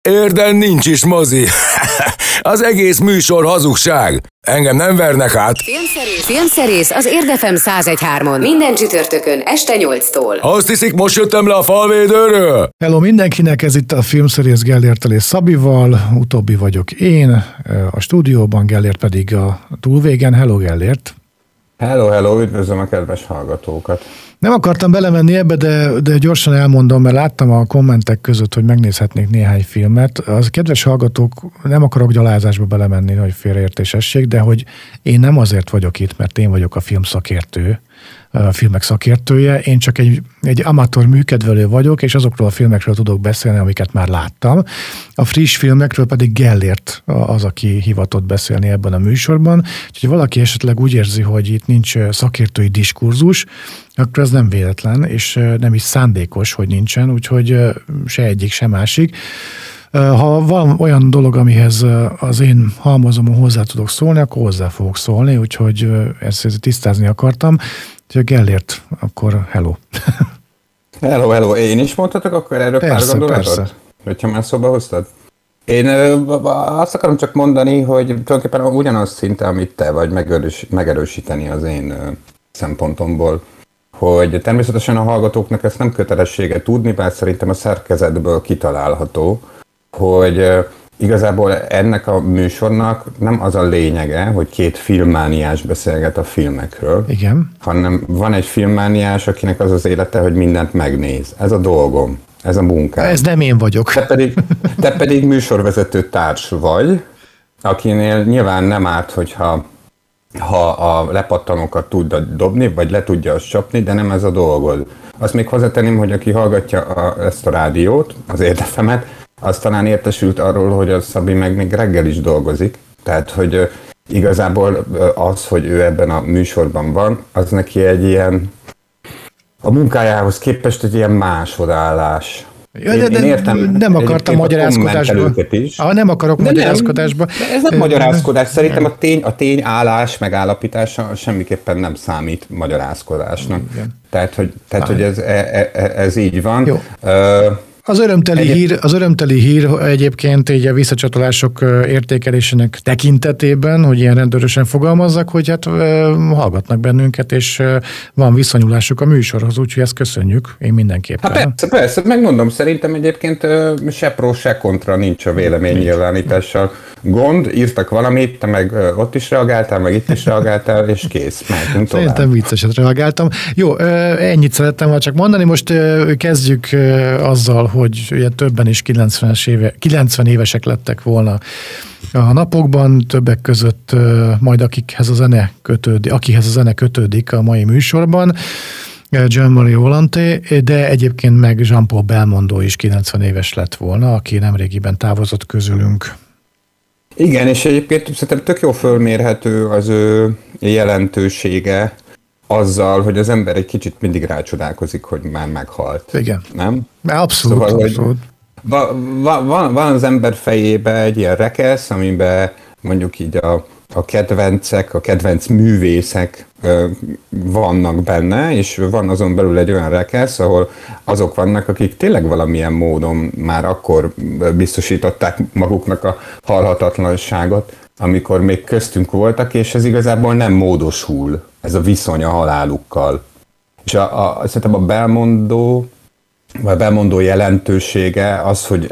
Érden nincs is mozi. Az egész műsor hazugság. Engem nem vernek át. Filmszerész az Érd FM 101.3-on. Minden csütörtökön este 8-tól. Azt hiszik, most jöttem le a falvédőről? Hello mindenkinek, ez itt a Filmszerész Gellérttel és Szabival. Utóbbi vagyok én, a stúdióban, Gellért pedig a túlvégen. Hello Gellért! Hello, üdvözlöm a kedves hallgatókat! Nem akartam belemenni ebbe, de gyorsan elmondom, mert láttam a kommentek között, hogy megnézhetnék néhány filmet. Az kedves hallgatók, nem akarok gyalázásba belemenni, hogy félreértés essék, de hogy én nem azért vagyok itt, mert én vagyok a filmek szakértője, én csak egy amatőr műkedvelő vagyok, és azokról a filmekről tudok beszélni, amiket már láttam. A friss filmekről pedig Gellért az, aki hivatott beszélni ebben a műsorban. Úgyhogy valaki esetleg úgy érzi, hogy itt nincs szakértői diskurzus, akkor ez nem véletlen, és nem is szándékos, hogy nincsen, úgyhogy se egyik, se másik. Ha van olyan dolog, amihez az én halmazomon hozzá tudok szólni, akkor hozzá fogok szólni, úgyhogy ezt tisztázni akartam. Úgyhogy Gellért, akkor hello. Hello, én is mondhatok akkor erről pár gondolatot? Persze. Hogyha már szóba hoztad? Én azt akarom csak mondani, hogy tulajdonképpen ugyanaz szinte, amit te vagy, megerősíteni az én szempontomból, hogy természetesen a hallgatóknak ezt nem kötelessége tudni, bár szerintem a szerkezetből kitalálható, hogy igazából ennek a műsornak nem az a lényege, hogy két filmmániás beszélget a filmekről, Igen. hanem van egy filmmániás, akinek az az élete, hogy mindent megnéz. Ez a dolgom, ez a munkám. Ez nem én vagyok. Te pedig műsorvezető társ vagy, akinél nyilván nem árt, hogyha a lepattanókat tudja dobni, vagy le tudja azt csapni, de nem ez a dolgod. Azt még hozzátenném, hogy aki hallgatja ezt a rádiót, az Érd FM-et, az talán értesült arról, hogy a Szabi meg még reggel is dolgozik. Tehát, hogy igazából az, hogy ő ebben a műsorban van, az neki egy ilyen, a munkájához képest egy ilyen másodállás. Ja, én értem, nem akartam magyarázkodásba. Nem akarok magyarázkodásba. Ez nem magyarázkodás. Szerintem a tény állás megállapítása semmiképpen nem számít magyarázkodásnak. Igen. Tehát, hogy ez így van. Jó. Az örömteli hír egyébként így a visszacsatolások értékelésének tekintetében, hogy ilyen rendőrösen fogalmazzak, hogy hát hallgatnak bennünket, és van viszonyulásuk a műsorhoz, úgyhogy ezt köszönjük, én mindenképpen. Hát persze, megmondom, szerintem egyébként se pro, se kontra nincs a véleménynyilvánítással gond, írtak valamit, te meg ott is reagáltál, meg itt is reagáltál, és kész, mehetünk tovább. Szerintem vicceset reagáltam. Jó, ennyit szerettem volna csak mondani, most kezdjük azzal, hogy ugye többen is 90 évesek lettek volna a napokban, többek között majd akihez a zene kötődik a mai műsorban, Jean-Marie Volonté, de egyébként meg Jean-Paul Belmondo is 90 éves lett volna, aki nemrégiben távozott közülünk. Igen, és egyébként szerintem tök jó fölmérhető az ő jelentősége azzal, hogy az ember egy kicsit mindig rácsodálkozik, hogy már meghalt. Igen. Nem? Abszolút, szóval, abszolút. Van az ember fejébe egy ilyen rekesz, amiben mondjuk így a kedvencek, a kedvenc művészek vannak benne, és van azon belül egy olyan rekesz, ahol azok vannak, akik tényleg valamilyen módon már akkor biztosították maguknak a halhatatlanságot, amikor még köztünk voltak, és ez igazából nem módosul, ez a viszony a halálukkal. És szerintem a Belmondo jelentősége az, hogy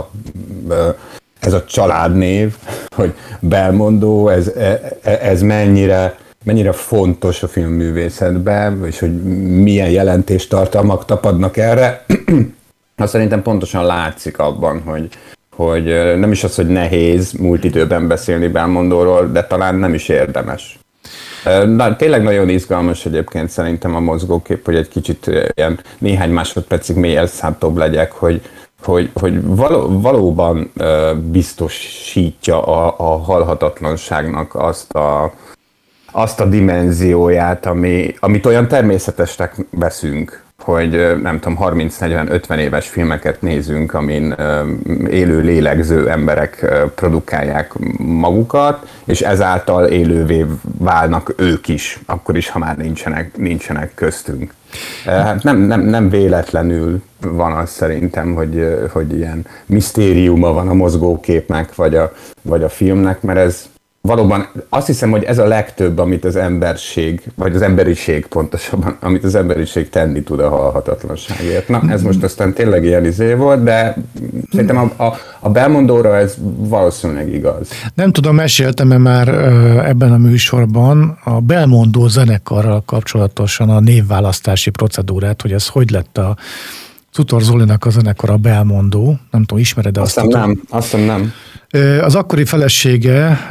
ez a családnév, hogy Belmondo, ez mennyire fontos a filmművészetben, és hogy milyen jelentéstartalmak tapadnak erre, azt szerintem pontosan látszik abban, hogy nem is az, hogy nehéz múlt időben beszélni Belmondóról, de talán nem is érdemes. Tényleg nagyon izgalmas egyébként szerintem a mozgókép, hogy egy kicsit ilyen néhány másodpercig mély elszántóbb legyek, hogy valóban biztosítja a halhatatlanságnak azt a dimenzióját, amit olyan természetesnek veszünk, nem tudom, 30-40-50 éves filmeket nézünk, amin élő, lélegző emberek produkálják magukat, és ezáltal élővé válnak ők is, akkor is, ha már nincsenek köztünk. Hát nem véletlenül van az szerintem, hogy ilyen misztériuma van a mozgóképnek, vagy a filmnek, mert ez valóban azt hiszem, hogy ez a legtöbb, amit az emberiség, vagy az emberiség pontosabban, amit az emberiség tenni tud a halhatatlanságért. Na, ez most aztán tényleg ilyen volt, de szerintem a Belmondóra ez valószínűleg igaz. Nem tudom, meséltem-e már ebben a műsorban a Belmondó zenekarral kapcsolatosan a névválasztási procedúrát, hogy ez hogy lett a Tutor Zolinak a zenekar a Belmondó. Nem tudom, ismered-e azt? Azt nem. Az akkori felesége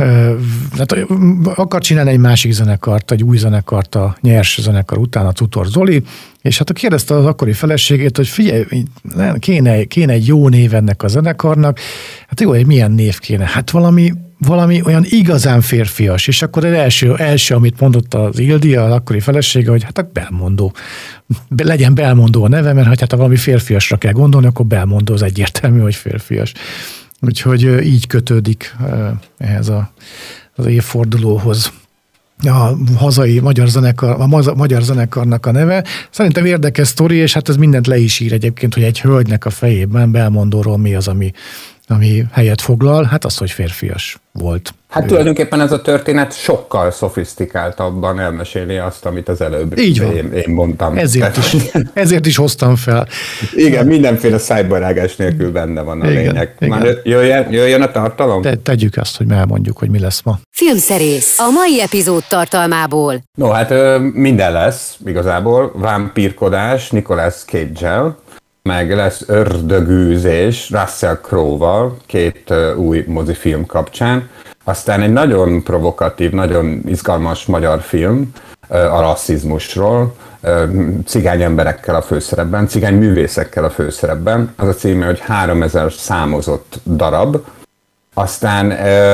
akar csinálni egy másik zenekart, egy új zenekart a Nyers zenekar után, a Tutor Zoli, és hát kérdezte az akkori feleségét, hogy figyelj, kéne egy jó név ennek a zenekarnak, hát jó, hogy milyen név kéne? Hát valami olyan igazán férfias, és akkor az első, amit mondott az Ildi, az akkori felesége, hogy hát a Belmondó. Legyen Belmondó a neve, mert hát ha valami férfiasra kell gondolni, akkor Belmondó az egyértelmű, hogy férfias. Úgyhogy így kötődik ehhez az évfordulóhoz a hazai magyar zenekarnak a neve. Szerintem érdekes sztori, és hát ez mindent le is ír egyébként, hogy egy hölgynek a fejében Belmondóról mi az, ami helyet foglal, hát az, hogy férfias volt. Hát tulajdonképpen ez a történet sokkal szofisztikáltabban elmeséli azt, amit az előbb én mondtam. Ezért is hoztam fel. Igen, mindenféle szájbarágás nélkül benne van a lényeg. Már jöjjön a tartalom? Tegyük azt, hogy elmondjuk, hogy mi lesz ma. Filmszerész a mai epizód tartalmából. No, hát minden lesz igazából. Vámpírkodás Nicolas Cage-el, meg lesz ördögűzés Russell Crowe-val, 2 új mozifilm kapcsán. Aztán egy nagyon provokatív, nagyon izgalmas magyar film a rasszizmusról, cigány emberekkel a főszerepben, cigány művészekkel a főszerepben. Az a címe, hogy 3000 számozott darab. Aztán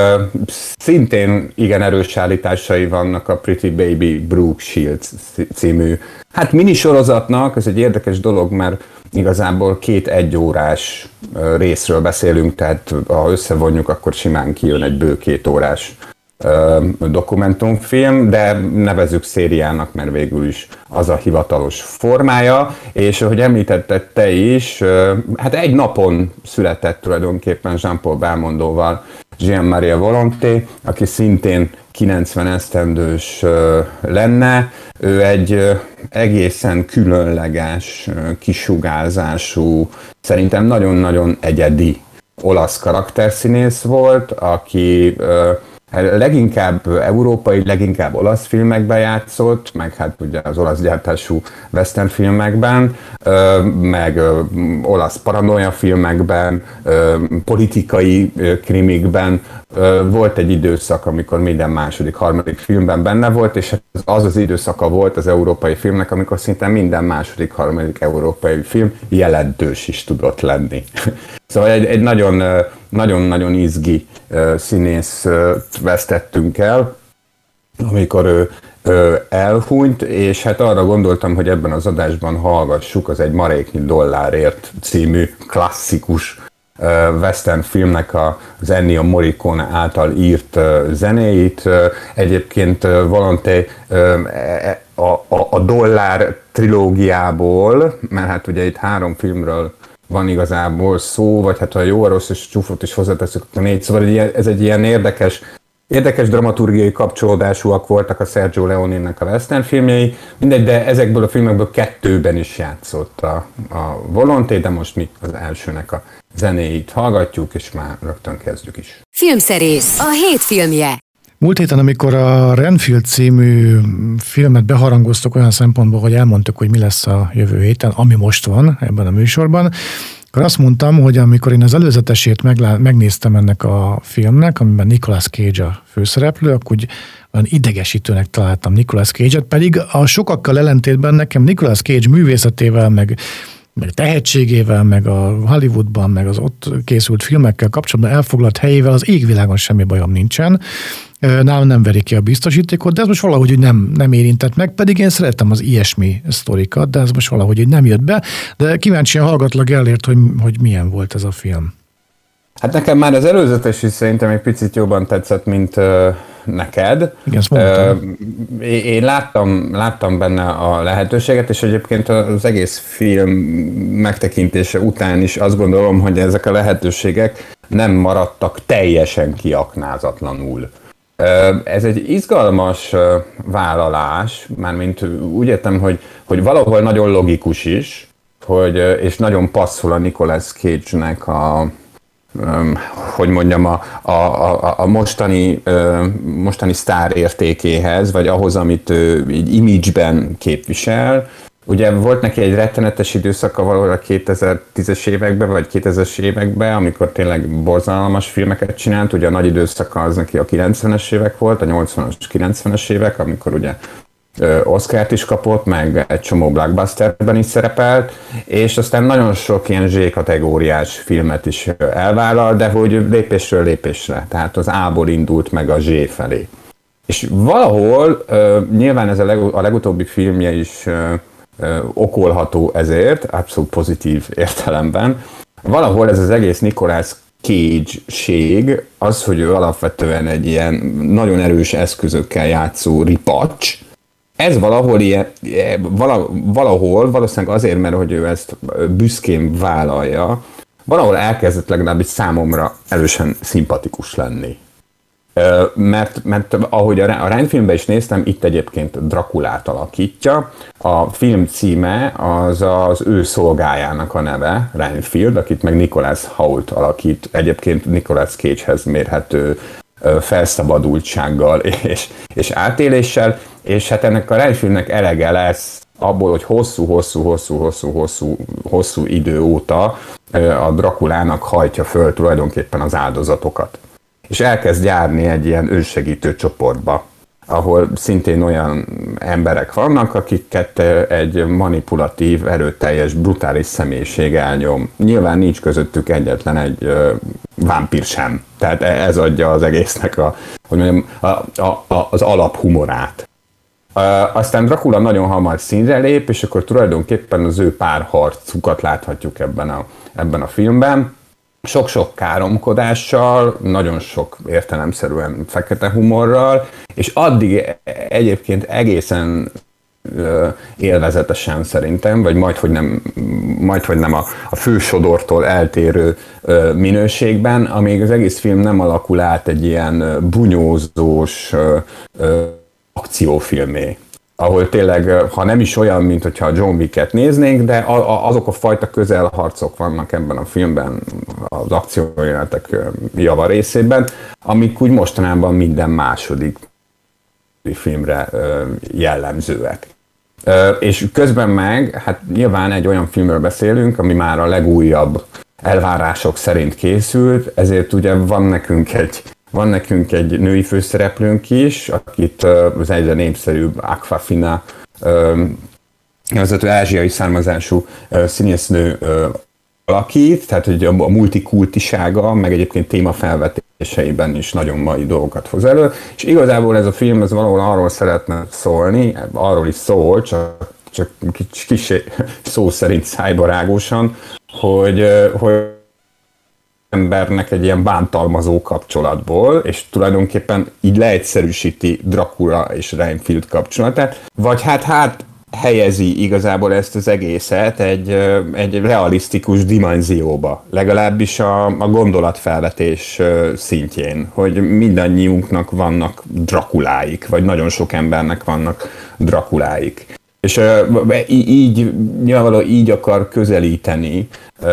szintén igen erős állításai vannak a Pretty Baby Brooke Shields című minisorozatnak. Ez egy érdekes dolog, mert igazából 2 egyórás részről beszélünk, tehát ha összevonjuk, akkor simán kijön egy bő 2 órás dokumentumfilm, de nevezzük szériának, mert végül is az a hivatalos formája, és ahogy említetted te is, hát egy napon született tulajdonképpen Jean-Paul Belmondóval Jean-Marie Volonté, aki szintén 90 esztendős lenne. Ő egy egészen különleges, kisugárzású, szerintem nagyon-nagyon egyedi olasz karakterszínész volt, aki leginkább európai, leginkább olasz filmekben játszott, meg hát ugye az olasz gyártású western filmekben, meg olasz paranoia filmekben, politikai krimikben. Volt egy időszak, amikor minden második, harmadik filmben benne volt, és az időszaka volt az európai filmnek, amikor szinte minden második, harmadik európai film jelentős is tudott lenni. Szóval egy nagyon-nagyon izgi színész vesztettünk el, amikor ő elhunyt, és hát arra gondoltam, hogy ebben az adásban hallgassuk az Egy maréknyi dollárért című klasszikus western filmnek az Ennio Morricone által írt zenéit. Egyébként Volonté a Dollár trilógiából, mert hát ugye itt 3 filmről van igazából szó, vagy hát a Jó, a Rossz és Csúfot is hozzáteszünk a 4, szóval ez egy ilyen érdekes dramaturgiai kapcsolódásúak voltak a Sergio Leone-nek a western filmjei, mindegy, de ezekből a filmekből 2-ben is játszott a Volonté, de most mi az elsőnek a zenéit hallgatjuk, és már rögtön kezdjük is. Filmszerész, a hét filmje. Múlt héten, amikor a Renfield című filmet beharangoztuk olyan szempontból, hogy elmondtuk, hogy mi lesz a jövő héten, ami most van ebben a műsorban, akkor azt mondtam, hogy amikor én az előzetesét megnéztem ennek a filmnek, amiben Nicolas Cage a főszereplő, akkor úgy olyan idegesítőnek találtam Nicolas Cage-et, pedig a sokakkal ellentétben nekem Nicolas Cage művészetével, meg meg tehetségével, meg a Hollywoodban, meg az ott készült filmekkel kapcsolatban elfoglalt helyével az égvilágon semmi bajom nincsen. Nálam nem veri ki a biztosítékot, de ez most valahogy nem érintett meg, pedig én szerettem az ilyesmi sztorikat, de ez most valahogy nem jött be, de kíváncsian hallgatlak Gellért, hogy milyen volt ez a film. Hát nekem már az előzetes is szerintem egy picit jobban tetszett, mint neked. Igen, ezt mondtam. Én láttam benne a lehetőséget, és egyébként az egész film megtekintése után is azt gondolom, hogy ezek a lehetőségek nem maradtak teljesen kiaknázatlanul. Ez egy izgalmas vállalás, mármint úgy értem, hogy valahol nagyon logikus is, és nagyon passzol a Nicolas Cage-nek a mostani sztár értékéhez, vagy ahhoz, amit így image-ben képvisel. Ugye volt neki egy rettenetes időszaka valahol a 2010-es években, vagy 2000-es években, amikor tényleg borzalmas filmeket csinált. Ugye a nagy időszaka az neki a 90-es évek volt, a 80-as, 90-es évek, amikor ugye Oscart is kapott, meg egy csomó blockbusterben is szerepelt, és aztán nagyon sok ilyen Z-kategóriás filmet is elvállal, de hogy lépésről lépésre, tehát az A-ból indult meg a Z felé. És valahol, nyilván ez a legutóbbi filmje is okolható ezért, abszolút pozitív értelemben, valahol ez az egész Nicolas Cage-ség az, hogy ő alapvetően egy ilyen nagyon erős eszközökkel játszó ripacs. Ez valahol, valószínűleg azért, mert hogy ő ezt büszkén vállalja, valahol elkezdett legalábbis számomra erősen szimpatikus lenni. Mert ahogy a Ryan-filmben is néztem, itt egyébként Drakulát alakítja. A film címe az ő szolgájának a neve, Renfield, akit meg Nicholas Hoult alakít, egyébként Nicolas Cage-hez mérhető felszabadultsággal és átéléssel, és hát ennek a Renfieldnek elege lesz abból, hogy hosszú idő óta a Drakulának hajtja föl tulajdonképpen az áldozatokat. És elkezd járni egy ilyen önsegítő csoportba, ahol szintén olyan emberek vannak, akiket egy manipulatív, erőteljes, brutális személyiség elnyom. Nyilván nincs közöttük egyetlen egy vámpír sem. Tehát ez adja az egésznek az alaphumorát. Aztán Dracula nagyon hamar színre lép, és akkor tulajdonképpen az ő párharcukat láthatjuk ebben a filmben. Sok-sok káromkodással, nagyon sok értelemszerűen fekete humorral, és addig egyébként egészen élvezetesen szerintem, vagy majdhogy nem a fősodortól eltérő minőségben, amíg az egész film nem alakul át egy ilyen bunyózós akciófilmé, ahol tényleg, ha nem is olyan, mint hogyha a John Wick-et néznénk, de azok a fajta közelharcok vannak ebben a filmben, az akciójelenetek java részében, amik úgy mostanában minden második filmre jellemzőek. És közben meg, hát nyilván egy olyan filmről beszélünk, ami már a legújabb elvárások szerint készült, ezért ugye van nekünk egy női főszereplőnk is, akit az egyre népszerűbb Awkwafina nevezetű ázsiai származású színésznő alakít, tehát hogy a multikultisága, meg egyébként témafelvetéseiben is nagyon mai dolgokat hoz elő, és igazából ez a film ez valahol arról szeretne szólni, arról is szól, csak kis szó szerint szájbarágosan, hogy embernek egy ilyen bántalmazó kapcsolatból, és tulajdonképpen így leegyszerűsíti Dracula és Renfield kapcsolatát, vagy hát helyezi igazából ezt az egészet egy realisztikus dimenzióba, legalábbis a gondolatfelvetés szintjén, hogy mindannyiunknak vannak Draculáik, vagy nagyon sok embernek vannak Draculáik. És így nyilvánvalóan így akar közelíteni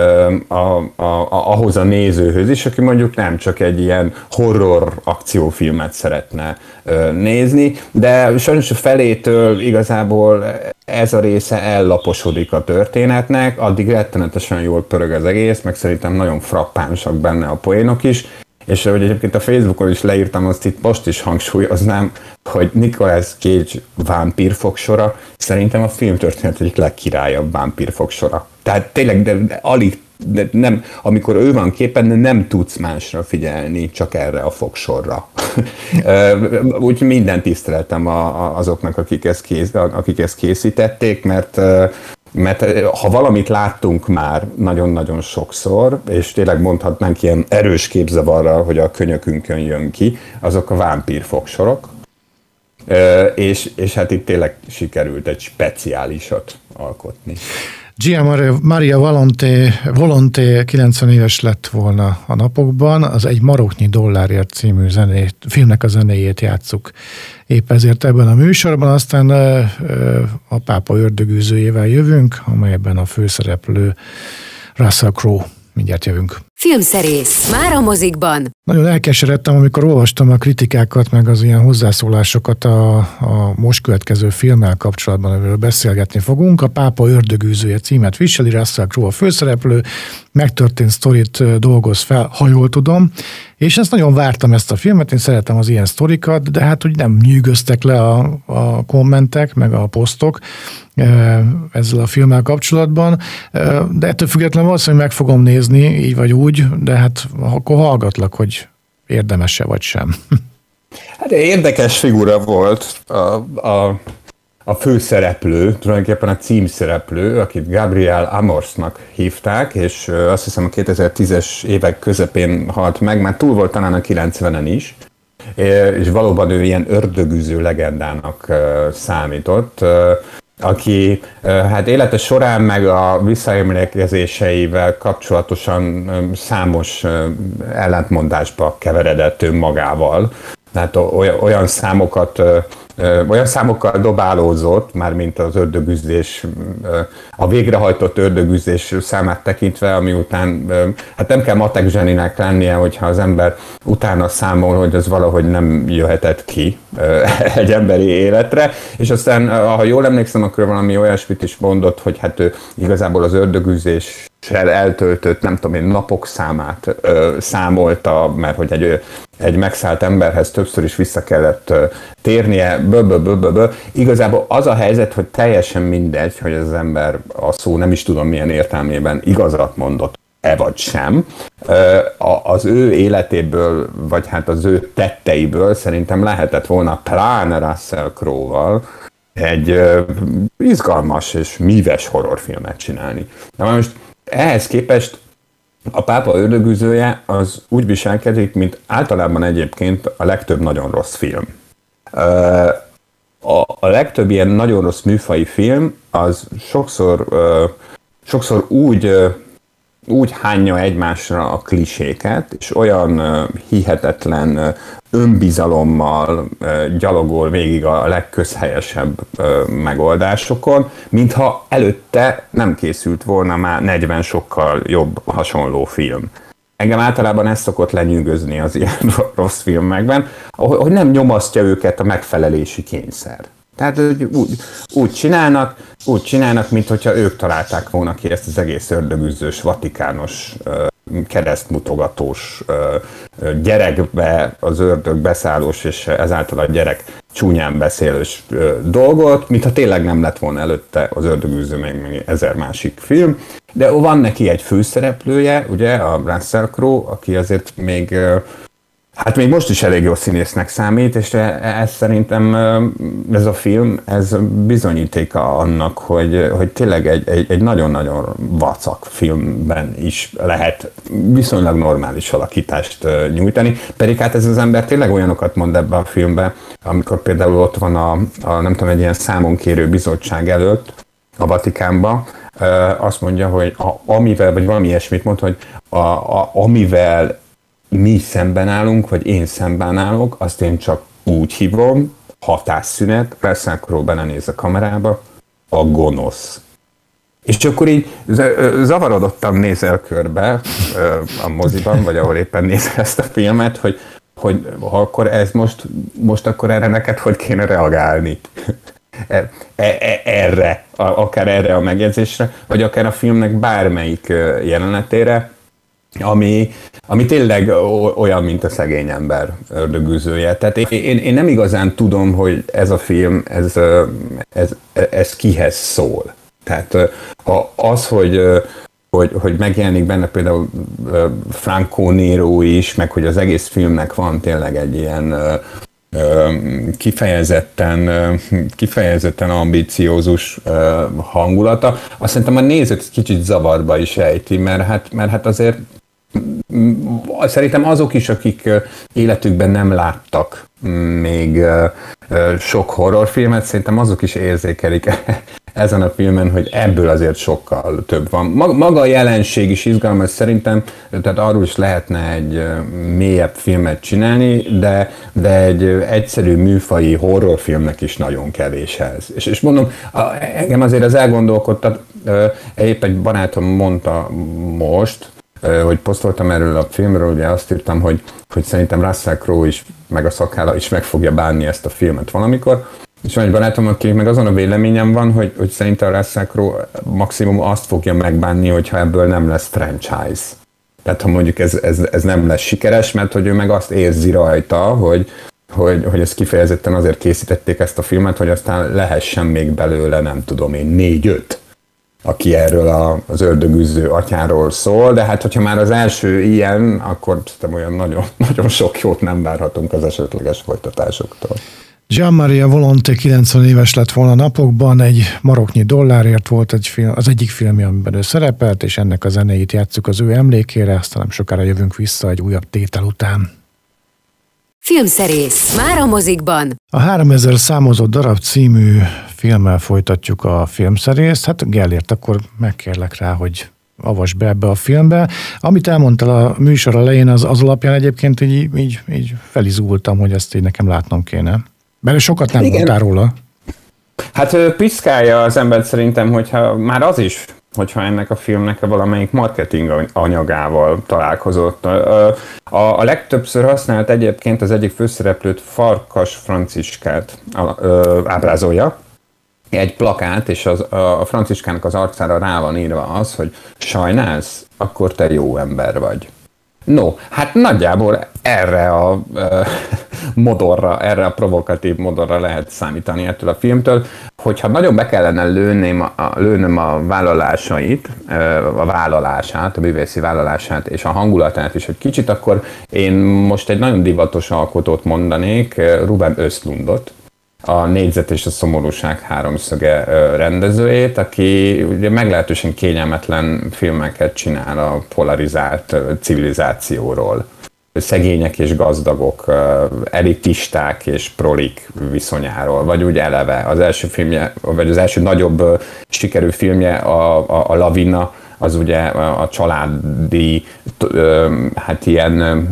ahhoz a nézőhöz is, aki mondjuk nem csak egy ilyen horror akciófilmet szeretne nézni, de sajnos a felétől igazából ez a része ellaposodik a történetnek, addig rettenetesen jól pörög az egész, meg szerintem nagyon frappánsak benne a poénok is, és hogy egyébként a Facebookon is leírtam, azt itt most is hangsúlyoznám, hogy Nicolas Cage vámpírfogsora szerintem a filmtörténet egyik legkirályabb vámpírfogsora. Tehát tényleg de alig, de nem, amikor ő van képen, nem tudsz másra figyelni, csak erre a fogsorra. Úgyhogy minden tiszteltem azoknak, akik ezt készítették, mert ha valamit láttunk már nagyon-nagyon sokszor, és tényleg mondhatnánk ilyen erős képzavarral, hogy a könyökünkön jön ki, azok a vámpírfogsorok. És hát itt tényleg sikerült egy speciálisat alkotni. Gia Maria Volonté 90 éves lett volna a napokban, az Egy maroknyi dollárért című filmnek a zenéjét játsszuk épp ezért ebben a műsorban, aztán a Pápa ördögűzőjével jövünk, amelyben a főszereplő Russell Crowe. Mindjárt jövünk. Filmszerész. Már a mozikban. Nagyon elkeseredtem, amikor olvastam a kritikákat, meg az ilyen hozzászólásokat a most következő filmmel kapcsolatban, amiről beszélgetni fogunk. A Pápa ördögűzője címet viseli, Russell Crowe a főszereplő, megtörtént sztorit dolgoz fel, ha jól tudom, és ezt nagyon vártam, ezt a filmet, én szeretem az ilyen sztorikat, de hát úgy nem nyűgöztek le a kommentek, meg a posztok ezzel a filmmel kapcsolatban, de ettől függetlenül valószínűleg meg fogom nézni, így vagy úgy, de hát akkor hallgatlak, hogy érdemes-e vagy sem. Hát érdekes figura volt a főszereplő, tulajdonképpen a címszereplő, akit Gabriel Amorsnak hívták, és azt hiszem a 2010-es évek közepén halt meg, már túl volt talán a 90-en is, és valóban ő ilyen ördögűző legendának számított, aki hát élete során meg a visszaemlékezéseivel kapcsolatosan számos ellentmondásba keveredett önmagával. Tehát olyan számokkal dobálózott, mármint az ördögüzés, a végrehajtott ördögüzés számát tekintve, ami után, hát nem kell matek zseninek lennie, hogyha az ember utána számol, hogy az valahogy nem jöhetett ki egy emberi életre, és aztán, ha jól emlékszem, akkor valami olyasmit is mondott, hogy hát ő igazából az ördögüzéssel eltöltött, nem tudom én, napok számát számolta, mert hogy egy megszállt emberhez többször is vissza kellett térnie, Igazából az a helyzet, hogy teljesen mindegy, hogy az ember a szó nem is tudom milyen értelmében igazat mondott, vagy sem. Az ő életéből, vagy hát az ő tetteiből szerintem lehetett volna pláne Russell Crowe-val egy izgalmas és míves horrorfilmet csinálni. De most ehhez képest a Pápa ördögűzője az úgy viselkedik, mint általában egyébként a legtöbb nagyon rossz film. A legtöbb ilyen nagyon rossz műfaji film az sokszor úgy hányja egymásra a kliséket, és olyan hihetetlen önbizalommal gyalogol végig a legközhelyesebb megoldásokon, mintha előtte nem készült volna már 40 sokkal jobb hasonló film. Engem általában ez szokott lenyűgözni az ilyen rossz filmekben, hogy nem nyomasztja őket a megfelelési kényszer. Tehát úgy csinálnak, mint hogyha ők találták volna ki ezt az egész ördögüzős, vatikános, keresztmutogatós, gyerekbe az ördög beszállós, és ezáltal a gyerek csúnyán beszélős dolgot, mintha tényleg nem lett volna előtte az ördögüző, meg 1000 másik film. De van neki egy főszereplője, ugye, a Russell Crowe, aki azért még most is elég jó színésznek számít, és ez szerintem ez a film, ez bizonyítéka annak, hogy tényleg egy nagyon-nagyon vacak filmben is lehet viszonylag normális alakítást nyújtani. Pedig hát ez az ember tényleg olyanokat mond ebbe a filmbe, amikor például ott van a nem tudom, egy ilyen számonkérő bizottság előtt a Vatikánban, azt mondja, hogy amivel, vagy valami ilyesmit mond, hogy amivel mi szemben állunk, vagy én szemben állok, azt én csak úgy hívom, hatásszünet, Russell Crowe belenéz a kamerába, a gonosz. És akkor így zavarodottan nézel körbe a moziban, vagy ahol éppen nézel ezt a filmet, hogy ha akkor ez most akkor erre neked hogy kéne reagálni? Erre, akár erre a megjegyzésre, vagy akár a filmnek bármelyik jelenetére, ami tényleg olyan, mint a szegény ember ördögűzője. Tehát én nem igazán tudom, hogy ez a film, ez kihez szól. Tehát az, hogy megjelenik benne például Franco Nero is, meg hogy az egész filmnek van tényleg egy ilyen kifejezetten ambiciózus hangulata, azt szerintem a nézőt kicsit zavarba is ejti, mert hát azért szerintem azok is, akik életükben nem láttak még sok horrorfilmet, szerintem azok is érzékelik ezen a filmen, hogy ebből azért sokkal több van. Maga a jelenség is izgalmas szerintem, tehát arról is lehetne egy mélyebb filmet csinálni, de egy egyszerű műfaji horrorfilmnek is nagyon kevés ez. És mondom, engem azért az elgondolkodtat, épp egy barátom mondta most, hogy posztoltam erről a filmről, ugye azt írtam, hogy szerintem Russell Crowe is, meg a szakálla is meg fogja bánni ezt a filmet valamikor, és van egy barátom, aki meg azon a véleményem van, hogy szerintem a Russell Crowe maximum azt fogja megbánni, hogyha ebből nem lesz franchise. Tehát ha mondjuk ez nem lesz sikeres, mert hogy ő meg azt érzi rajta, hogy ezt kifejezetten azért készítették ezt a filmet, hogy aztán lehessen még belőle, nem tudom én, 4-5, aki erről az ördögűző atyáról szól, de hát hogyha már az első ilyen, akkor szerintem olyan nagyon, nagyon sok jót nem várhatunk az esetleges folytatásoktól. Jean-Marie Volonté 90 éves lett volna napokban, egy maroknyi dollárért volt egy film, az egyik filmje, amiben ő szerepelt, és ennek a zenéit játsszuk az ő emlékére, aztán nem sokára jövünk vissza egy újabb tétel után. Filmszerész, már a mozikban. A 3000 számozott darab című filmmel folytatjuk a filmszerészt. Hát Gellért, akkor megkérlek rá, hogy avass be ebbe a filmbe. Amit elmondtál a műsor elején, az alapján egyébként így felizgultam, hogy ezt így nekem látnom kéne. Mert sokat nem mondtál róla. Hát piszkálja az embert szerintem, hogyha már az is, hogyha ennek a filmnek valamelyik marketing anyagával találkozott. A legtöbbször használt egyébként az egyik főszereplőt, Farkas Franciskát ábrázolja. Egy plakát, és a Franciskának az arcára rá van írva az, hogy sajnálsz, akkor te jó ember vagy. No, hát nagyjából erre a modorra, erre a provokatív modorra lehet számítani ettől a filmtől, hogyha nagyon be kellene lőnöm a vállalásait, a vállalását, a művészi vállalását és a hangulatát is egy kicsit, akkor én most egy nagyon divatos alkotót mondanék, Ruben Östlundot, a Négyzet és a szomorúság háromszöge rendezőjét, aki ugye meglehetősen kényelmetlen filmeket csinál a polarizált civilizációról. Szegények és gazdagok, elitisták és prolik viszonyáról, vagy úgy eleve. Az első filmje, vagy az első nagyobb sikerű filmje, a Lavina, az ugye a családi, hát ilyen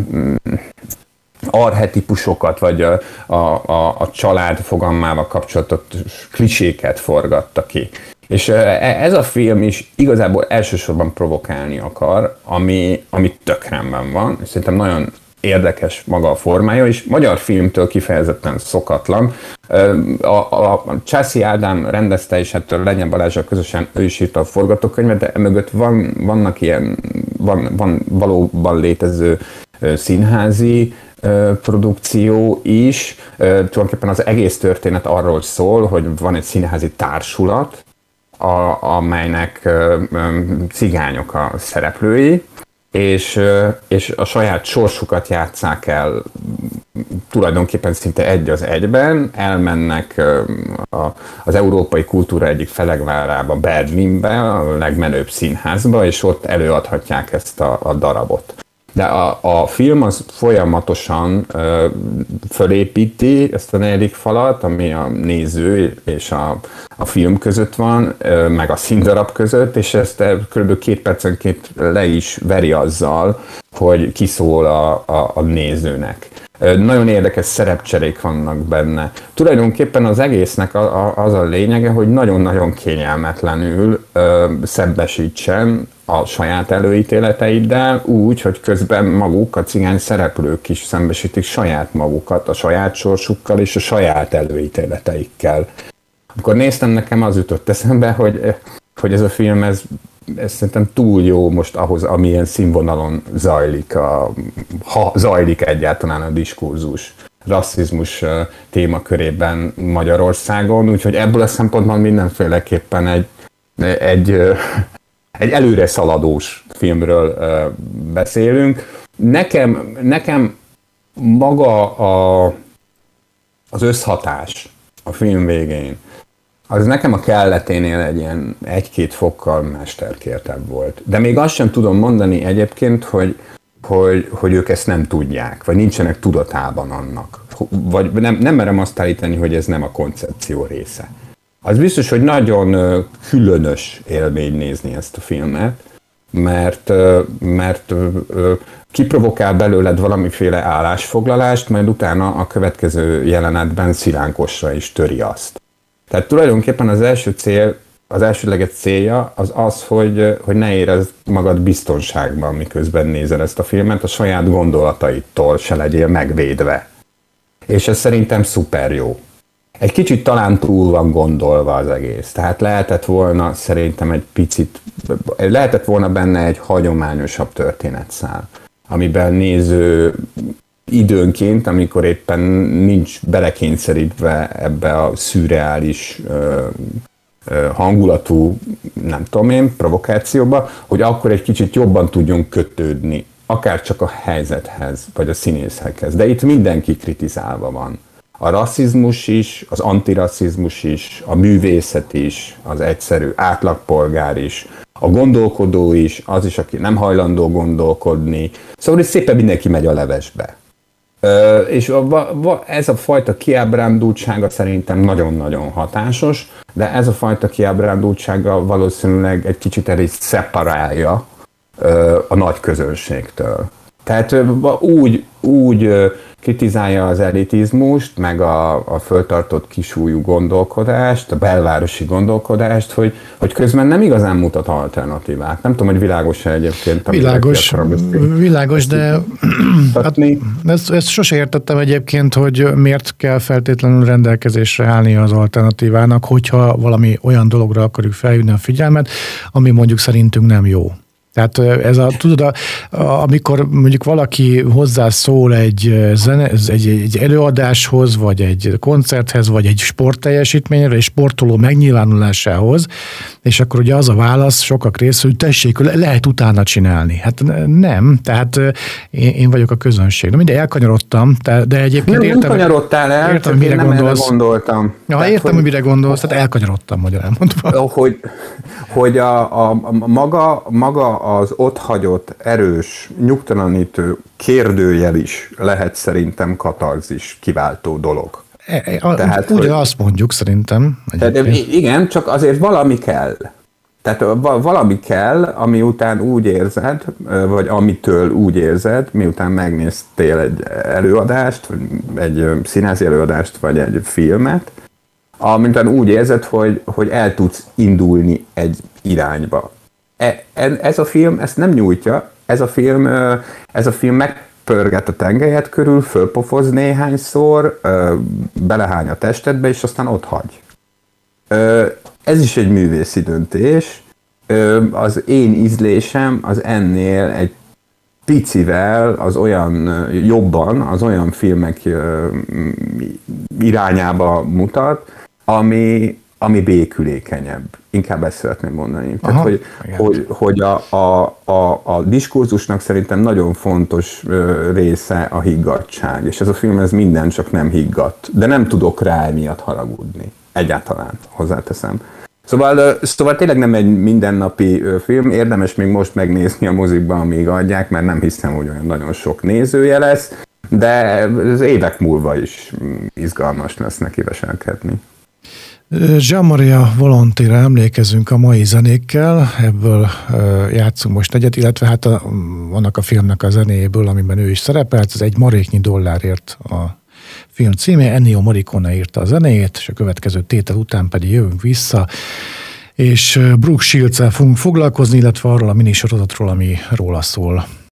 archetipusokat, vagy a család fogalmával kapcsolatos kliséket forgatta ki. És ez a film is igazából elsősorban provokálni akar, ami tök rendben van, és szerintem nagyon érdekes maga a formája, és magyar filmtől kifejezetten szokatlan. A Császi Ádám rendezte, és hát Lengyel Balázsral közösen ő is írta a forgatókönyvet, de emögött vannak ilyen, van valóban létező színházi produkció is. Tulajdonképpen az egész történet arról szól, hogy van egy színházi társulat, amelynek cigányok a szereplői, és a saját sorsukat játsszák el tulajdonképpen szinte egy az egyben, elmennek az európai kultúra egyik felegvárába, Berlinbe, a legmenőbb színházba, és ott előadhatják ezt a darabot. De a film az folyamatosan fölépíti ezt a negyedik falat, ami a néző és a film között van, meg a színdarab között, és ezt kb. 2 percenként le is veri azzal, hogy kiszól a nézőnek. Nagyon érdekes szerepcserék vannak benne. Tulajdonképpen az egésznek az a lényege, hogy nagyon-nagyon kényelmetlenül szembesítsen a saját előítéleteiddel, úgy, hogy közben maguk, a cigány szereplők is szembesítik saját magukat, a saját sorsukkal és a saját előítéleteikkel. Amikor néztem, nekem az jutott eszembe, hogy ez a film, ez szerintem túl jó most ahhoz, amilyen színvonalon zajlik, ha zajlik egyáltalán a diskurzus rasszizmus témakörében Magyarországon, úgyhogy ebből a szempontból mindenféleképpen egy előre szaladós filmről beszélünk. Nekem maga az összhatás a film végén, az nekem a kelleténél egy ilyen 1-2 fokkal mesterkértebb volt. De még azt sem tudom mondani egyébként, hogy ők ezt nem tudják, vagy nincsenek tudatában annak. Vagy nem merem azt állítani, hogy ez nem a koncepció része. Az biztos, hogy nagyon különös élmény nézni ezt a filmet, mert kiprovokál belőled valamiféle állásfoglalást, majd utána a következő jelenetben szilánkosra is töri azt. Tehát tulajdonképpen az elsődleges célja az, hogy ne érezd magad biztonságban, miközben nézel ezt a filmet, a saját gondolataitól se legyél megvédve. És ez szerintem szuper jó. Egy kicsit talán túl van gondolva az egész. Tehát lehetett volna benne egy hagyományosabb történetszál, amiben néző időnként, amikor éppen nincs belekényszerítve ebbe a szürreális hangulatú, nem tudom én, provokációba, hogy akkor egy kicsit jobban tudjon kötődni, akár csak a helyzethez, vagy a színészekhez. De itt mindenki kritizálva van. A rasszizmus is, az antirasszizmus is, a művészet is, az egyszerű átlagpolgár is, a gondolkodó is, az is, aki nem hajlandó gondolkodni. Szóval hogy szépen mindenki megy a levesbe. És ez a fajta kiábrándultsága szerintem nagyon-nagyon hatásos, de ez a fajta kiábrándultsága valószínűleg egy kicsit el is szeparálja a nagy közönségtől. Tehát úgy kritizálja az elitizmust, meg a föltartott kisúlyú gondolkodást, a belvárosi gondolkodást, hogy közben nem igazán mutat alternatívát. Nem tudom, hogy világos-e egyébként. Világos, de hát ezt sose értettem egyébként, hogy miért kell feltétlenül rendelkezésre állni az alternatívának, hogyha valami olyan dologra akarjuk felhívni a figyelmet, ami mondjuk szerintünk nem jó. Tehát tudod, amikor mondjuk valaki hozzászól egy előadáshoz, vagy egy koncerthez, vagy egy sportteljesítményre, egy sportoló megnyilvánulásához, és akkor ugye az a válasz sokak részül, hogy tessék, lehet utána csinálni. Hát nem, tehát én vagyok a közönség. Na mindegy, elkanyarodtam, de egyébként nem kanyarodtál el, értem, mire gondolsz. Gondoltam. Ja, értem, hogy mire gondolsz, tehát elkanyarodtam, magyar elmondva. Hogy maga az otthagyott, erős, nyugtalanító kérdőjel is lehet szerintem katarzis kiváltó dolog. Tehát, azt mondjuk szerintem. Igen, csak azért valami kell. Tehát valami kell, ami után úgy érzed, vagy amitől úgy érzed, miután megnéztél egy előadást, egy színházi előadást, vagy egy filmet, amintán úgy érzed, hogy el tudsz indulni egy irányba. Ez a film ezt nem nyújtja, ez a film megpörget a tengelyet körül, fölpofoz néhányszor, belehány a testedbe, és aztán ott hagy. Ez is egy művészi döntés. Az én ízlésem az ennél egy picivel jobban az olyan filmek irányába mutat, ami békülékenyebb. Inkább ezt szeretném mondani. Aha, tehát, hogy a diskurzusnak szerintem nagyon fontos része a higgadtság, és ez a film ez minden csak nem higgadt. De nem tudok rá emiatt haragudni. Egyáltalán, hozzáteszem. Szóval tényleg nem egy mindennapi film, érdemes még most megnézni a mozikban, amíg adják, mert nem hiszem, hogy olyan nagyon sok nézője lesz, de az évek múlva is izgalmas lesz neki veselkedni. Jean-Maria Volonté-re emlékezünk a mai zenékkel, ebből játszunk most egyet, illetve hát annak a filmnek a zenéjéből, amiben ő is szerepelt, ez egy maréknyi dollárért a film címe, Ennio Morricone írta a zenéjét, és a következő tétel után pedig jövünk vissza, és Brooke Shields-el fogunk foglalkozni, illetve arról a minisorozatról, ami róla szól.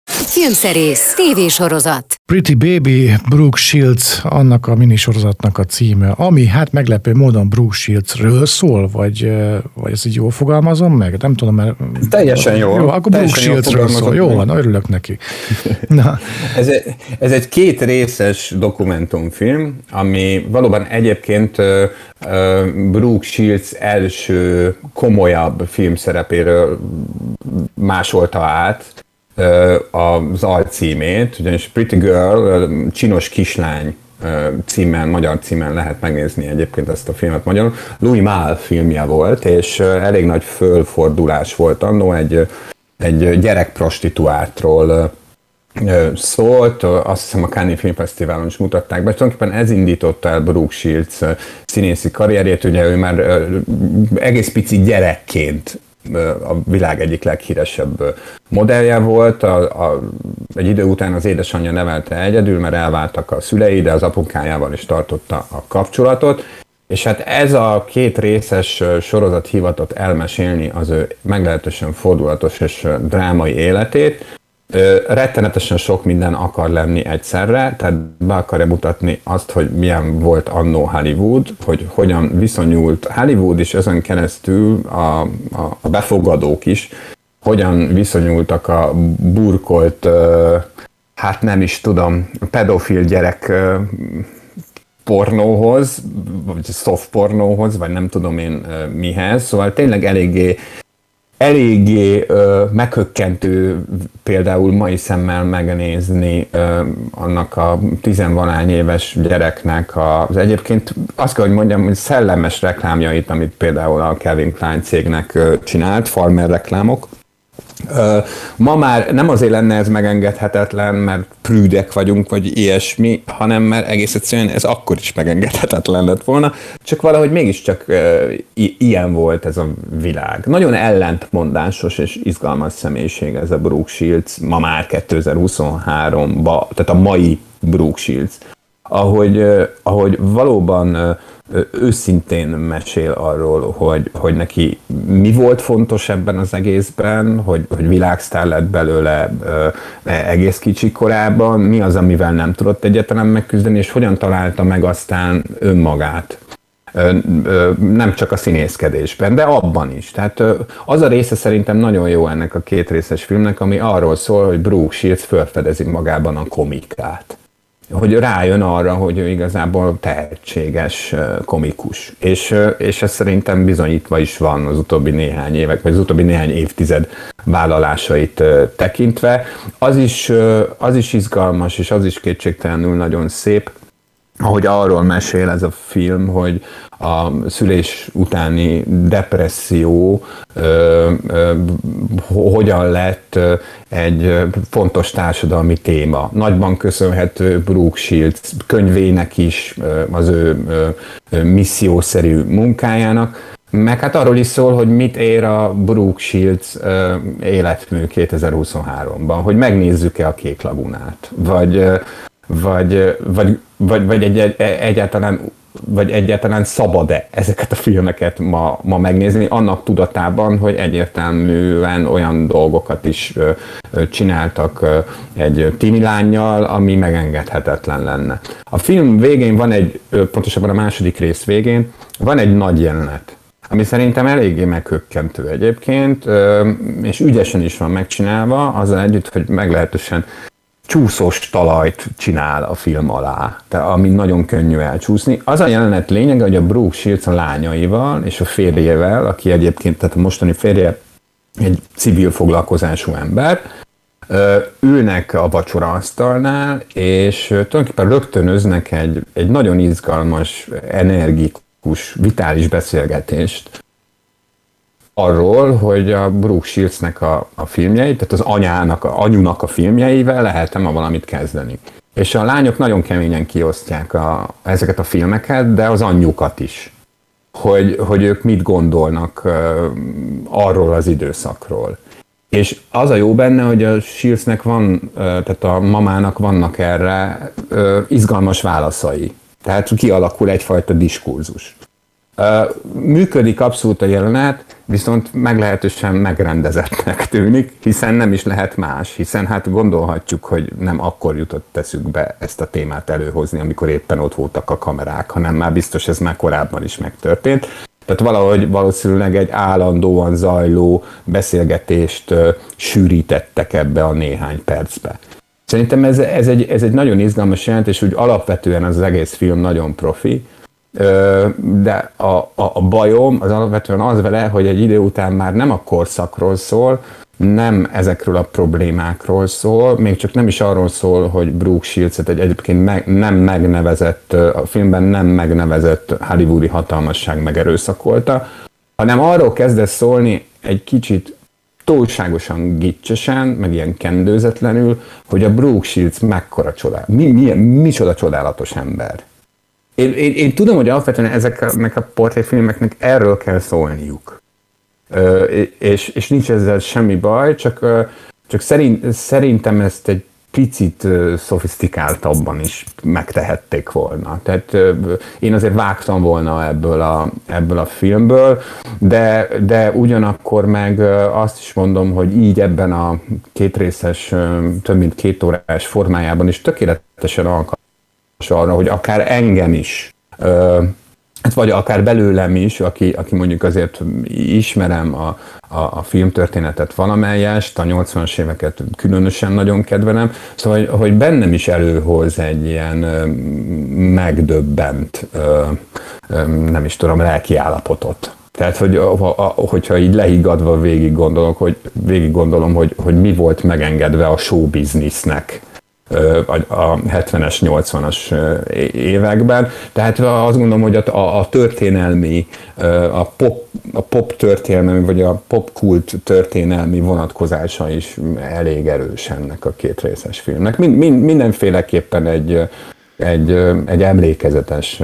Filmszerész, tévésorozat. Pretty Baby, Brooke Shields, annak a minisorozatnak a címe, ami hát meglepő módon Brooke Shieldsről szól, vagy ezt így jól fogalmazom meg? Nem tudom, mert... Teljesen jó. Jó, akkor Brooke Shieldsről szól. Jó van, örülök neki. Na. Ez egy 2 részes dokumentumfilm, ami valóban egyébként Brooke Shields első komolyabb filmszerepéről másolta át az alcímét, ugyanis Pretty Girl, csinos kislány címen, magyar címen lehet megnézni egyébként ezt a filmet magyarul. Louis Malle filmje volt, és elég nagy fölfordulás volt annó, egy gyerekprostituáltról szólt, azt hiszem a Cannes Filmfesztiválon is mutatták be, tulajdonképpen ez indította el Brooke Shields színészi karrierjét, ugye ő már egész pici gyerekként a világ egyik leghíresebb modellje volt, egy idő után az édesanyja nevelte egyedül, mert elváltak a szülei, de az apukájával is tartotta a kapcsolatot, és hát ez a 2 részes sorozat hivatott elmesélni az ő meglehetősen fordulatos és drámai életét. Rettenetesen sok minden akar lenni egyszerre, tehát be akarja mutatni azt, hogy milyen volt annó Hollywood, hogy hogyan viszonyult Hollywood is, ezen keresztül a befogadók is, hogyan viszonyultak a burkolt, hát nem is tudom, pedofil gyerek pornóhoz, vagy soft pornóhoz, vagy nem tudom én mihez, szóval tényleg eléggé meghökkentő például mai szemmel megnézni annak a 10-valány éves gyereknek az egyébként azt kell, hogy mondjam, hogy szellemes reklámjait, amit például a Calvin Klein cégnek csinált, farmer reklámok. Ma már nem azért lenne ez megengedhetetlen, mert prűdek vagyunk, vagy ilyesmi, hanem mert egész egyszerűen ez akkor is megengedhetetlen lett volna, csak valahogy mégiscsak ilyen volt ez a világ. Nagyon ellentmondásos és izgalmas személyiség ez a Brooke Shields, ma már 2023-ban, tehát a mai Brooke Shields, ahogy valóban őszintén mesél arról, hogy neki mi volt fontos ebben az egészben, hogy világsztár lett belőle egész kicsi korában, mi az, amivel nem tudott egyáltalán megküzdeni, és hogyan találta meg aztán önmagát. Nem csak a színészkedésben, de abban is. Tehát az a része szerintem nagyon jó ennek a 2 részes filmnek, ami arról szól, hogy Brooke Shields felfedezi magában a komikát. Hogy rájön arra, hogy ő igazából tehetséges komikus. És ez szerintem bizonyítva is van az utóbbi néhány évek, vagy az utóbbi néhány évtized vállalásait tekintve. Az is izgalmas, és az is kétségtelenül nagyon szép, ahogy arról mesél ez a film, hogy a szülés utáni depresszió hogyan lett egy fontos társadalmi téma. Nagyban köszönhető Brooke Shields könyvének is, az ő missziószerű munkájának, meg hát arról is szól, hogy mit ér a Brooke Shields életmű 2023-ban, hogy megnézzük-e a Kék Lagunát, vagy egyáltalán szabad-e ezeket a filmeket ma megnézni, annak tudatában, hogy egyértelműen olyan dolgokat is csináltak egy tini lánnyal, ami megengedhetetlen lenne. A film végén van pontosabban a második rész végén, van egy nagy jelenet, ami szerintem eléggé meghökkentő egyébként, és ügyesen is van megcsinálva, azzal együtt, hogy meglehetősen csúszós talajt csinál a film alá, ami nagyon könnyű elcsúszni. Az a jelenet lényege, hogy a Brooke Shields a lányaival és a férjével, aki egyébként, tehát a mostani férje egy civil foglalkozású ember, ülnek a vacsoraasztalnál, és tulajdonképpen rögtönöznek egy nagyon izgalmas, energikus, vitális beszélgetést arról, hogy a Brooke Shieldsnek a filmjei, tehát az anyunak a filmjeivel lehet-e ma valamit kezdeni. És a lányok nagyon keményen kiosztják ezeket a filmeket, de az anyjukat is. Hogy ők mit gondolnak arról az időszakról. És az a jó benne, hogy a Shieldsnek van, tehát a mamának vannak erre izgalmas válaszai. Tehát kialakul egyfajta diskurzus. Működik abszolút a jelenet, viszont meglehetősen megrendezettnek tűnik, hiszen nem is lehet más, hiszen hát gondolhatjuk, hogy nem akkor jutott eszükbe ezt a témát előhozni, amikor éppen ott voltak a kamerák, hanem már biztos ez már korábban is megtörtént. Tehát valahogy valószínűleg egy állandóan zajló beszélgetést sűrítettek ebbe a néhány percbe. Szerintem ez egy nagyon izgalmas jelent, és úgy alapvetően az egész film nagyon profi, de a bajom az alapvetően az vele, hogy egy idő után már nem a korszakról szól, nem ezekről a problémákról szól, még csak nem is arról szól, hogy Brooke Shields-et egy egyébként nem megnevezett, a filmben nem megnevezett hollywoodi hatalmasság megerőszakolta, hanem arról kezdett szólni egy kicsit túlságosan gicsesen, meg ilyen kendőzetlenül, hogy a Brooke Shields mekkora csodál, micsoda csodálatos ember. Én tudom, hogy alapvetően ezeknek a portréfilmeknek erről kell szólniuk. És nincs ezzel semmi baj, csak szerintem ezt egy picit szofisztikáltabban is megtehették volna. Tehát én azért vágtam volna ebből a filmből, de ugyanakkor meg azt is mondom, hogy így ebben a kétrészes, több mint 2 órás formájában is tökéletesen alkalmas arra, hogy akár engem is, vagy akár belőlem is, aki mondjuk azért ismerem a filmtörténetet valamelyest, a 80-as éveket különösen nagyon kedvelem, szóval, hogy bennem is előhoz egy ilyen megdöbbent, nem is tudom, lelkiállapotot. Tehát, hogyha így lehiggadva végig gondolom, hogy mi volt megengedve a show-biznisznek a 70-es, 80-as években. Tehát azt gondolom, hogy a történelmi, a pop történelmi, vagy a popkult történelmi vonatkozása is elég erős ennek a 2 részes filmnek. Mindenféleképpen egy emlékezetes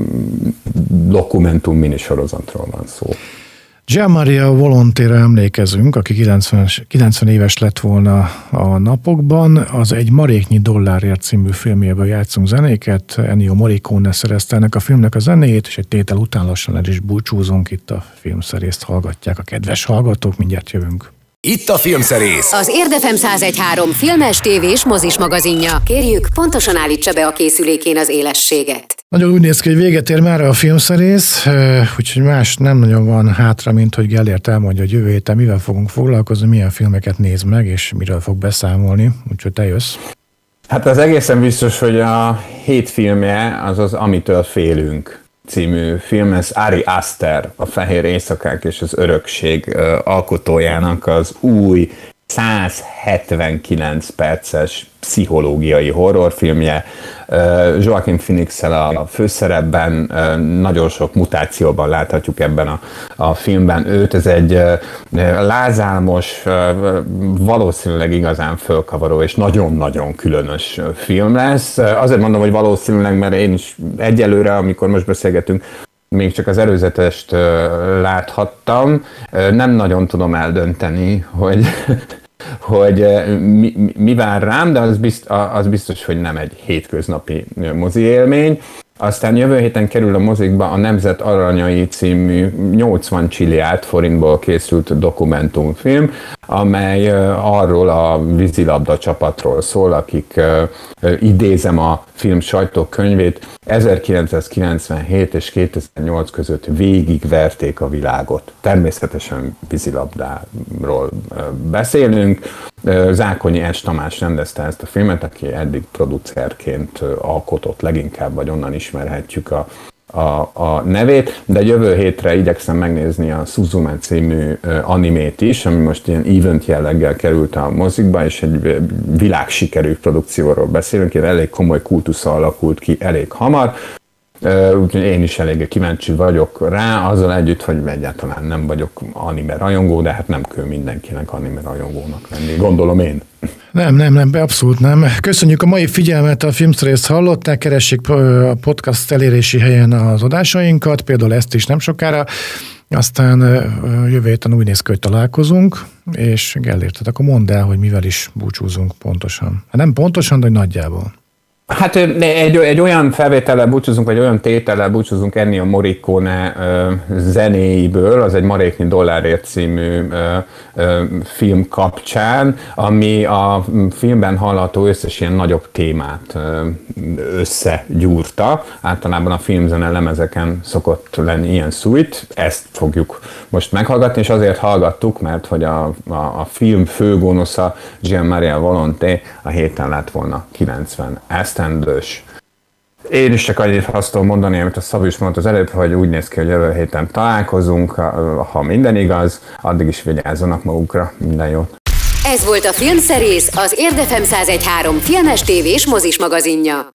dokumentum minisorozatról van szó. Gianmaria Volontéra emlékezünk, aki 90 éves lett volna a napokban. Az Egy maréknyi dollárért című filmjéből játszunk zenéket. Ennio Morricone szerezte ennek a filmnek a zenéjét, és egy tétel után lassan el is búcsúzunk. Itt a filmszerészt hallgatják a kedves hallgatók, mindjárt jövünk. Itt a Filmszerész. Az Érdefem 101.3 filmes, tévés, mozis magazinja. Kérjük, pontosan állítsa be a készülékén az élességet. Nagyon úgy néz ki, hogy véget ér már a filmszerész, úgyhogy más nem nagyon van hátra, mint hogy Gellért elmondja, hogy jövő héten mivel fogunk foglalkozni, milyen filmeket néz meg, és miről fog beszámolni, úgyhogy te jössz. Hát az egészen biztos, hogy a hét filmje az Amitől félünk című film, ez Ari Aster, a Fehér éjszakák és az örökség alkotójának az új 179 perces pszichológiai horrorfilmje. Joaquin Phoenix-el a főszerepben, nagyon sok mutációban láthatjuk ebben a filmben őt. Ez egy lázálmos, valószínűleg igazán fölkavaró és nagyon-nagyon különös film lesz. Azért mondom, hogy valószínűleg, mert én is egyelőre, amikor most beszélgetünk, még csak az előzetest láthattam. Nem nagyon tudom eldönteni, hogy mi vár rám, de az biztos, hogy nem egy hétköznapi mozi élmény. Aztán jövő héten kerül a mozikba a Nemzet Aranyai című 80 milliárd forintból készült dokumentumfilm, amely arról a vízilabda csapatról szól, akik, idézem a film sajtókönyvét, 1997 és 2008 között végigverték a világot. Természetesen vízilabdáról beszélünk. Zákonyi S. Tamás rendezte ezt a filmet, aki eddig producerként alkotott leginkább, vagy onnan ismerhetjük a nevét, de jövő hétre igyekszem megnézni a Suzume című animét is, ami most ilyen event jelleggel került a mozikba, és egy világsikerű produkcióról beszélünk, ilyen elég komoly kultusza alakult ki elég hamar, úgyhogy én is elég kíváncsi vagyok rá, azzal együtt, hogy egyáltalán nem vagyok anime rajongó, de hát nem kell mindenkinek anime rajongónak lenni, gondolom én. Nem, abszolút nem. Köszönjük a mai figyelmet, a Filmszerészt hallották, keressék a podcast elérési helyen az adásainkat, például ezt is nem sokára, aztán jövő héten úgy néz ki, hogy találkozunk, és Gellért, akkor mondd el, hogy mivel is búcsúzunk pontosan. Nem pontosan, de nagyjából. Hát egy olyan felvétellel búcsúzunk, vagy olyan tétellel búcsúzunk Ennio Morricone zenéiből, az egy Maréknyi dollárért című film kapcsán, ami a filmben hallható összes ilyen nagyobb témát összegyúrta. Általában a filmzene lemezeken szokott lenni ilyen szújt, ezt fogjuk most meghallgatni, és azért hallgattuk, mert hogy a film főgonosza Gian-Maria Volonté a héten lett volna 90 esztendős. Én is csak annyit azt tudom mondani, amit a Szabi is mondta az előbb, hogy úgy néz ki, hogy jövő héten találkozunk, ha minden igaz, addig is vigyázzanak magukra, minden jót. Ez volt a Filmszerész, az Érdefem 101.3 filmes tévés mozis magazinja.